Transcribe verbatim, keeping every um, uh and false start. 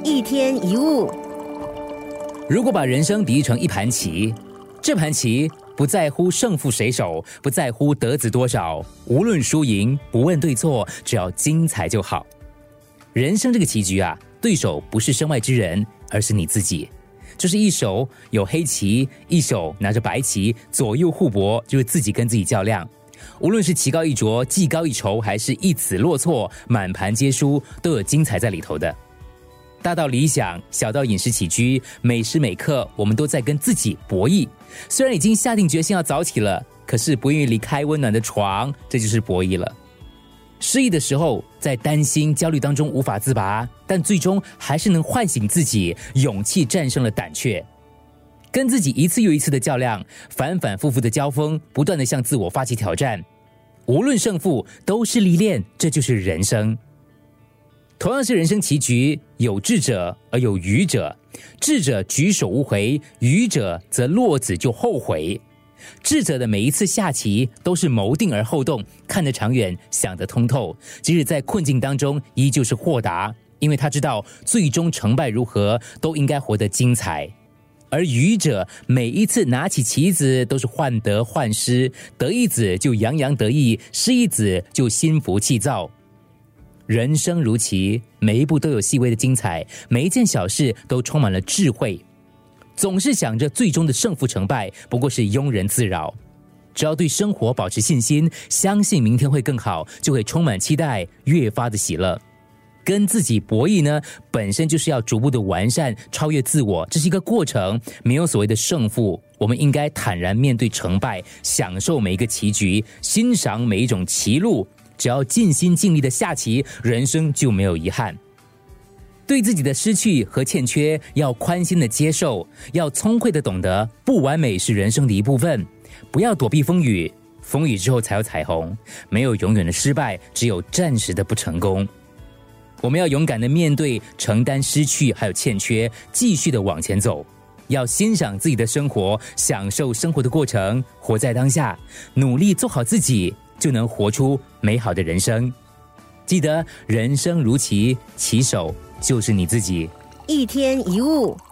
一天一物。 如果把人生比喻成一盘棋，这盘棋不在乎胜负谁手，不在乎得子多少，无论输赢，不问对错，只要精彩就好。人生这个棋局啊，对手不是身外之人，而是你自己。就是一手有黑棋，一手拿着白棋，左右互搏，就是自己跟自己较量。无论是棋高一着，技高一筹，还是一子落错，满盘皆输，都有精彩在里头的。大到理想，小到饮食起居，每时每刻我们都在跟自己博弈。虽然已经下定决心要早起了，可是不愿意离开温暖的床，这就是博弈了。失意的时候，在担心焦虑当中无法自拔，但最终还是能唤醒自己，勇气战胜了胆怯。跟自己一次又一次的较量，反反复复的交锋，不断的向自我发起挑战。无论胜负，都是历练，这就是人生。同样是人生棋局，有智者而有愚者。智者举手无回，愚者则落子就后悔。智者的每一次下棋都是谋定而后动，看得长远，想得通透，即使在困境当中依旧是豁达，因为他知道最终成败如何都应该活得精彩。而愚者每一次拿起棋子都是患得患失，得一子就洋洋得意，失一子就心浮气躁。人生如棋，每一步都有细微的精彩，每一件小事都充满了智慧。总是想着最终的胜负成败不过是庸人自扰。只要对生活保持信心，相信明天会更好，就会充满期待，越发的喜乐。跟自己博弈呢，本身就是要逐步的完善，超越自我，这是一个过程，没有所谓的胜负。我们应该坦然面对成败，享受每一个棋局，欣赏每一种棋路。只要尽心尽力的下棋，人生就没有遗憾。对自己的失去和欠缺要宽心的接受，要聪慧的懂得不完美是人生的一部分，不要躲避风雨，风雨之后才有彩虹，没有永远的失败，只有暂时的不成功。我们要勇敢的面对，承担失去还有欠缺，继续的往前走。要欣赏自己的生活，享受生活的过程，活在当下，努力做好自己，就能活出美好的人生。记得人生如棋，棋手就是你自己。 一天一物。